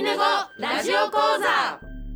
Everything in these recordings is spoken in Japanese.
イヌ語ラジオ講座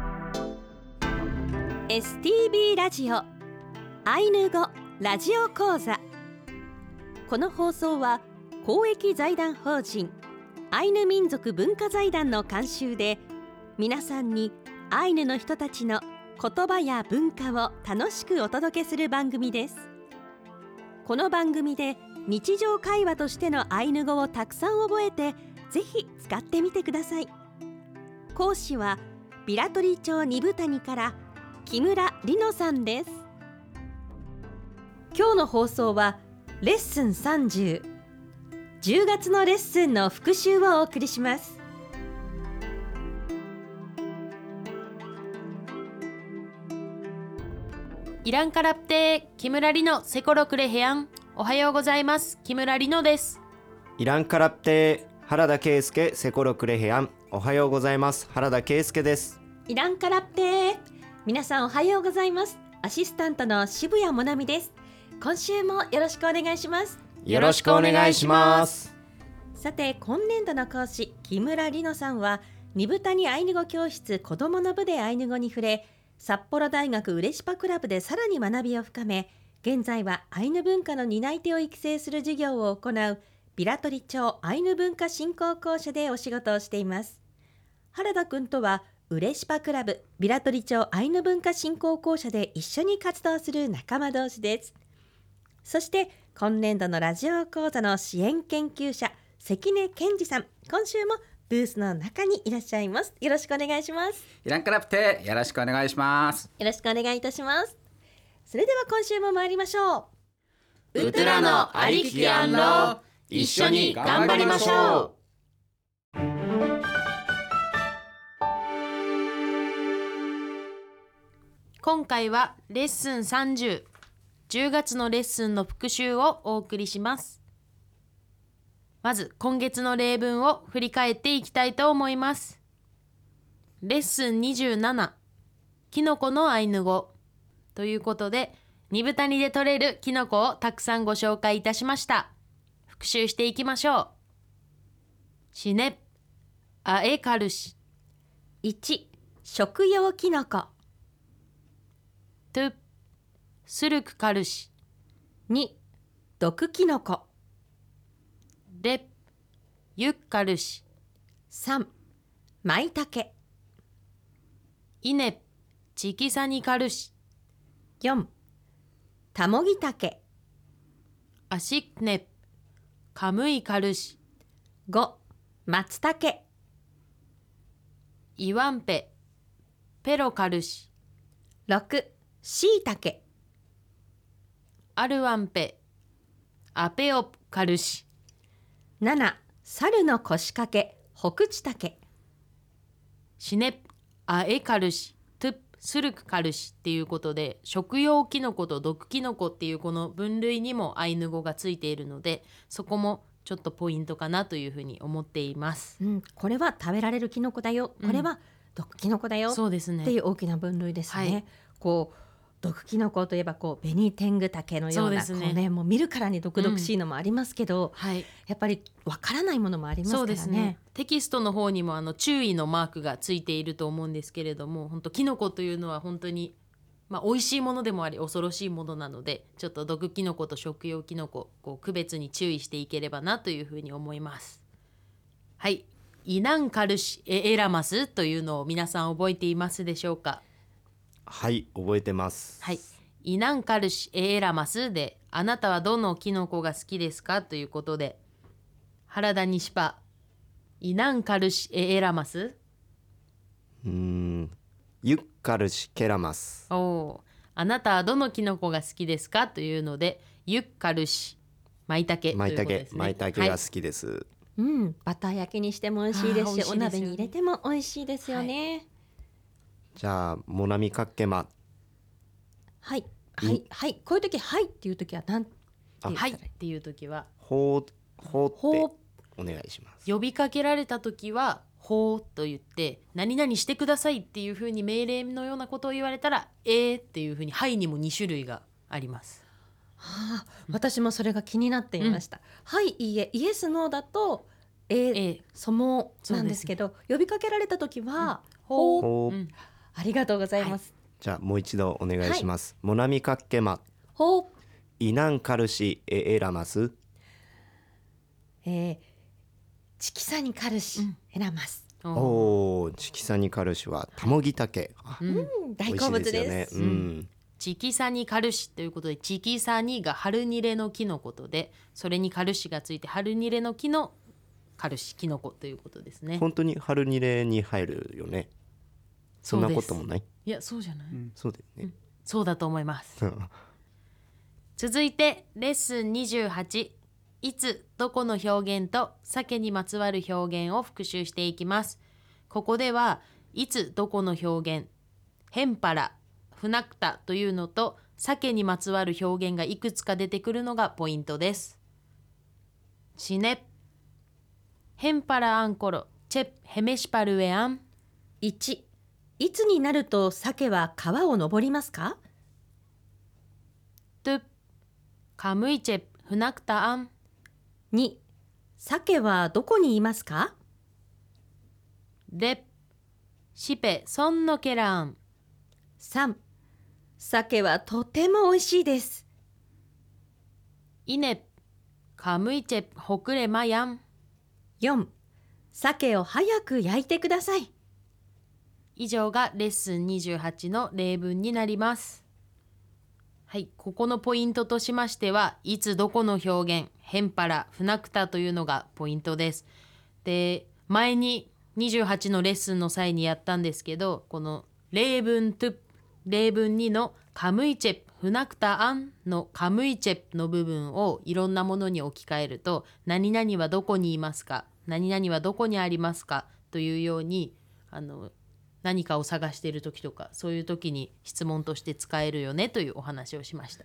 STB ラジオアイヌ語ラジオ講座。この放送は公益財団法人アイヌ民族文化財団の監修で、皆さんにアイヌの人たちの言葉や文化を楽しくお届けする番組です。この番組で日常会話としてのアイヌ語をたくさん覚えて、ぜひ使ってみてください。講師はビラトリ町二部谷から木村里乃さんです。今日の放送はレッスン30、10月のレッスンの復習をお送りします。 イランカラプテー木村里乃セコロクレヘアン。おはようございます。木村里乃です。 イランカラプテー原田圭介セコロクレヘアン。おはようございます。原田圭介です。 イランカラプテー、皆さんおはようございます。アシスタントの渋谷もなみです。今週もよろしくお願いします。 よろしくお願いします。 さて、今年度の講師木村里乃さんは二部谷アイヌ語教室子どもの部でアイヌ語に触れ、札幌大学ウレシパクラブでさらに学びを深め、現在はアイヌ文化の担い手を育成する事業を行うビラトリ町アイヌ文化振興公社でお仕事をしています。原田くんとはウレシパクラブビラトリ町アイヌ文化振興公社で一緒に活動する仲間同士です。そして今年度のラジオ講座の支援研究者関根健二さん、今週もブースの中にいらっしゃいます。よろしくお願いします。 イランカラプテよろしくお願いします。 よろしくお願いいたします。それでは今週も参りましょう。ウトゥラのありきやんろ、一緒に頑張りましょう。今回はレッスン30、10月のレッスンの復習をお送りします。まず今月の例文を振り返っていきたいと思います。レッスン27、キノコのアイヌ語ということで、二部谷で採れるキノコをたくさんご紹介いたしました。復習していきましょう。シネアエカルシ。 1、食用キノコ。 トゥスルクカルシ。 2、毒キノコ。 レユッカルシ。 3、マイタケ。 イネチキサニカルシ。 4、タモギタケ。 アシクネカムイカルシ。 5、マツタケ。 イワンペペロカルシ。 6、シイタケ。 アルワンペアペオカルシ。 7、猿の腰掛けホクチタケ。 シネアエカルシトゥスルクカルシっていうことで、食用キノコと毒キノコっていうこの分類にもアイヌ語がついているので、そこもちょっとポイントかなというふうに思っています。 これは食べられるキノコだよ、これは毒キノコだよ、 そうですね、 っていう大きな分類ですね。 はい、 こう毒キノコといえばベニテングタケのようなもう見るからに毒々しいのもありますけど、やっぱりわからないものもありますからね。 そうですね。テキストの方にも注意のマークがついていると思うんですけれども、本当キノコというのは本当に、美味しいものでもあり恐ろしいものなので、ちょっと毒キノコと食用キノコ区別に注意していければなというふうに思います。はい、イナンカルシエラマスというのを皆さん覚えていますでしょうか。 はい、覚えてます。 はい、イナンカルシエラマスで、あなたはどのキノコが好きですかということで、原田西パイナンカルシエラマス。 ユッカルシケラマス。 あなたはどのキノコが好きですかというので、ユッカルシマイタケということですね。 マイタケが好きです。 バター焼きにしても美味しいですし、お鍋に入れても美味しいですよね。 じゃあモナミカッケマ。 はい、こういう時はいっていう時は何て言ったらいい？ はいっていう時はほうってお願いします。 呼びかけられた時はほうと言って、何々してくださいっていうふうに命令のようなことを言われたらっていうふうにはいにも2種類があります。 私もそれが気になっていました。はい、いいえ、イエスノーだとそもなんですけど、呼びかけられた時は、ほう、 ほう、 ありがとうございます。 じゃあもう一度お願いします。モナミカッケマほう、 イナンカルシエラマス。 チキサニカルシエラマス。 おー、チキサニカルシはタモギタケ。 大好物です。 美味しいですよね。 チキサニカルシということで、チキサニがハルニレの木のことで、それにカルシがついてハルニレの木のカルシ、キノコということですね。 本当に春ニレに入るよね。そんなこともない。 いや、そうじゃない、 そうだよね。 そうだと思います続いてレッスン28、いつどこの表現と鮭にまつわる表現を復習していきます。ここではいつどこの表現、ヘンパラ、フナクタというのと鮭にまつわる表現がいくつか出てくるのがポイントです。シネヘンパラアンコロチェプヘメシパルエアン。 1、いつになると鮭は川を登りますか？ トゥカムイチェプフナクタアン。 2、鮭はどこにいますか？ レプシペソンノケラン。 3、鮭はとても美味しいです。 イネプカムイチェプホクレマヤン。 4、鮭を早く焼いてください。 以上がレッスン28の例文になります。はい、ここのポイントとしましては、いつどこの表現、ヘンパラ、フナクタというのがポイントです。で、前に28のレッスンの際にやったんですけど、この例文トゥ、例文2のカムイチェプ、フナクタアンのカムイチェプの部分をいろんなものに置き換えると、何々はどこにいますか、何々はどこにありますかというように、何かを探している時とか、そういう時に質問として使えるよねというお話をしました。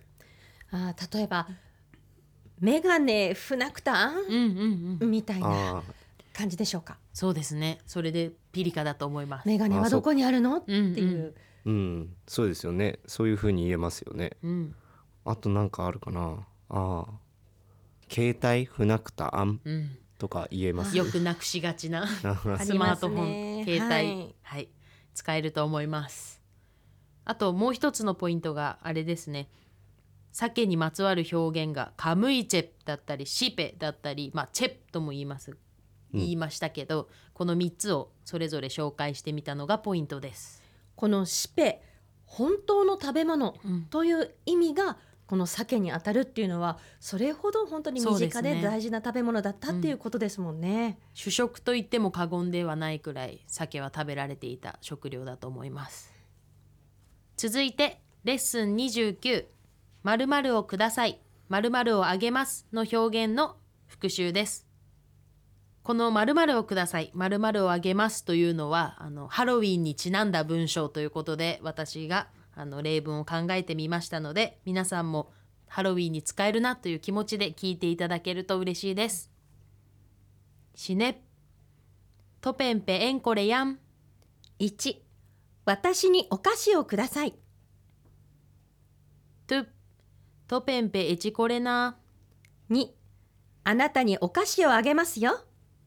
例えばメガネフナクタン、みたいな感じでしょうか。 そうですね。それでピリカだと思います。 メガネはどこにあるのっていう、 そうですよね。そういう風に言えますよね。あとなんかあるかな。携帯フナクタアンとか言えます。 よくなくしがちなスマートフォン、携帯、はい、使えると思います。あともう一つのポイントがあれですね。鮭にまつわる表現がカムイチェプだったりシペだったり、チェプとも言いましたけど、この3つをそれぞれ紹介してみたのがポイントです。 このシペ、本当の食べ物という意味がこの鮭に当たるっていうのは、それほど本当に身近で大事な食べ物だったっていうことですもんね。 主食と言っても過言ではないくらい鮭は食べられていた食料だと思います。続いてレッスン29、〇〇をください、〇〇をあげますの表現の復習です。この〇〇をください、〇〇をあげますというのはハロウィンにちなんだ文章ということで、私が例文を考えてみましたので、皆さんもハロウィンに使えるなという気持ちで聞いていただけると嬉しいです。シネトペンペエンコレヤン。 1、私にお菓子をください。 トペンペエチコレナ。 2、あなたにお菓子をあげますよ。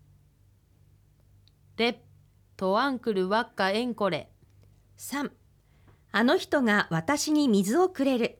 レトアンクルワッカエンコレ。 3、あの人が私に水をくれる。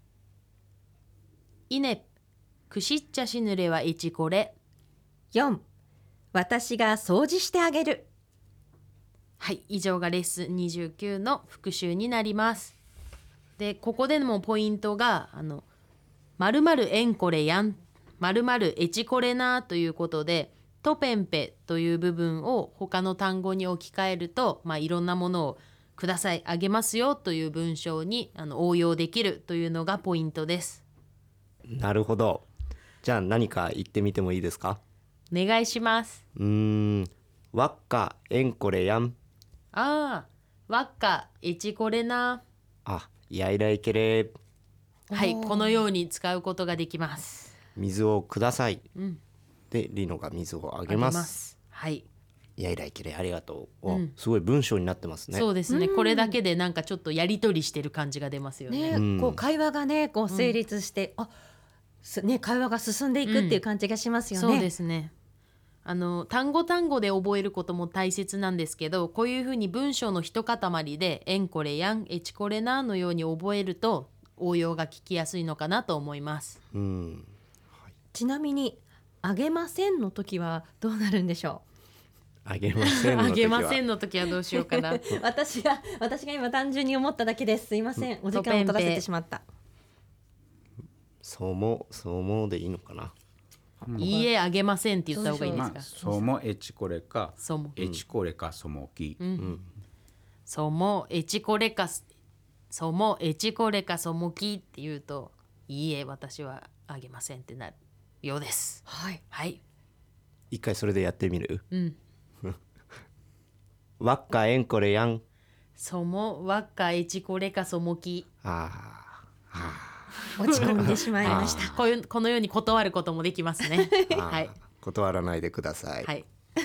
イネクシッチャシヌレはエチコレ。 4、私が掃除してあげる。 はい、以上がレッスン29の復習になります。で、ここでもポイントが〇〇エンコレヤン、〇〇エチコレナということで、トペンペという部分を他の単語に置き換えると、いろんなものをください、あげますよという文章に応用できるというのがポイントです。 なるほど。じゃあ何か言ってみてもいいですか？ お願いします。 ワッカエンコレヤン。 ワッカエチコレナ。 やいらいけれ。 はい、このように使うことができます。 水をください、でリノが水をあげます。 はい、 やいらいけれ、ありがとう。すごい文章になってますね。 そうですね、これだけでなんかちょっとやり取りしてる感じが出ますよね。 こう会話がねこう成立して、会話が進んでいくっていう感じがしますよね。 そうですね。 単語単語で覚えることも大切なんですけど、こういうふうに文章の一塊でエンコレヤンエチコレナのように覚えると応用が聞きやすいのかなと思います。 ちなみにあげませんの時はどうなるんでしょあげませんのあげ時はませんの時はどうしようかなう私が今単純に思っただけです。すいません、お時間を取らせてしまった。 そうもでいいのかな。 いいえあげませんって言った方がいいですか。 そもエチコレかそもエチコレかそもき、 そもエチコレかそもエチコレかそもきって言うと、いいえ私はあげませんってなるようです。 はいはい一回それでやってみる。わっかえんこれやん。 そもわっかエチコレかそもき。 落ち込んでしまいました。 このように断ることもできますね。はい断らないでください。 はい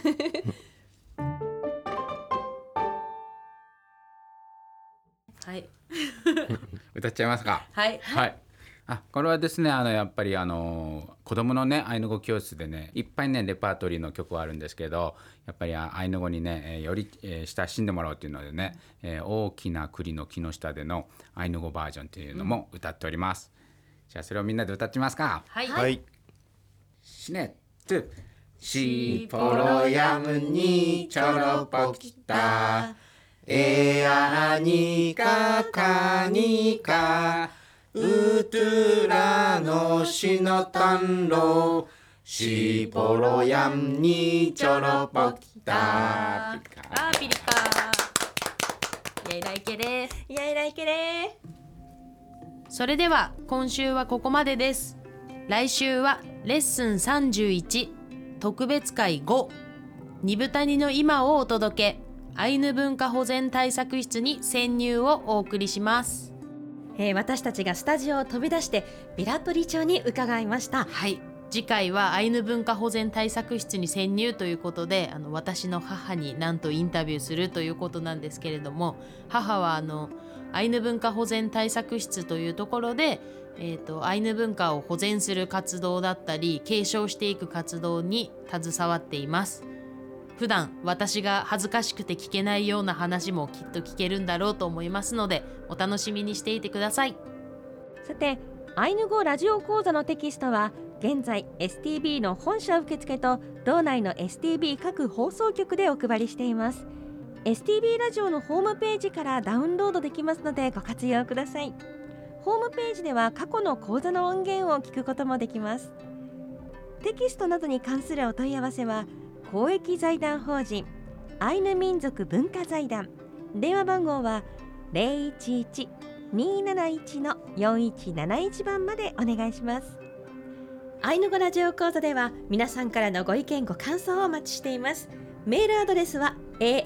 はい歌っちゃいますか。 はいはいこれはですねやっぱり子供のねアイヌ語教室でねいっぱいねレパートリーの曲はあるんですけど、やっぱりアイヌ語にねより親しんでもらおうというのでね、大きな栗の木の下でのアイヌ語バージョンというのも歌っております。じゃあそれをみんなで歌ってみますか。 はいはいシネットシポロヤムにちょろぽきたエヤニカカニカウトゥラのシノタンロシポロヤムにちょろぽきたピリカイエイライケレいやいらいけれそれでは今週はここまでです。来週はレッスン31特別会5ニブタニの今をお届け、アイヌ文化保全対策室に潜入をお送りします。 私たちがスタジオを飛び出してビラトリ町に伺いました。 はい、次回はアイヌ文化保全対策室に潜入ということで、私の母になんとインタビューするということなんですけれども、母はアイヌ文化保全対策室というところで、アイヌ文化を保全する活動だったり継承していく活動に携わっています。普段私が恥ずかしくて聞けないような話もきっと聞けるんだろうと思いますので、お楽しみにしていてください。 さて、アイヌ語ラジオ講座のテキストは現在 STB の本社受付と道内の STB 各放送局でお配りしています。 STB ラジオのホームページからダウンロードできますのでご活用ください。ホームページでは過去の講座の音源を聞くこともできます。テキストなどに関するお問い合わせは公益財団法人アイヌ民族文化財団、電話番号は 011-271-4171 番までお願いします。アイヌ語ラジオ講座では皆さんからのご意見ご感想をお待ちしています。メールアドレスは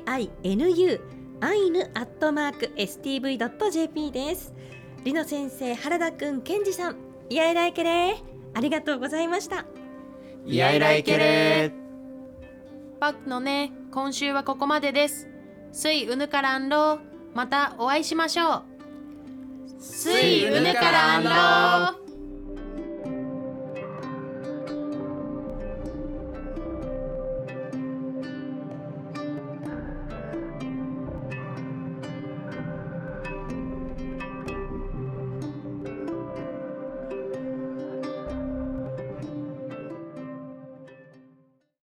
ainu@stv.jp です。リノ先生、原田くん、ケンジさん、イヤイライケレー、ありがとうございました。 イヤイライケレー。 パックのね、今週はここまでです。スイウヌカランロー、またお会いしましょう。スイウヌカランロー。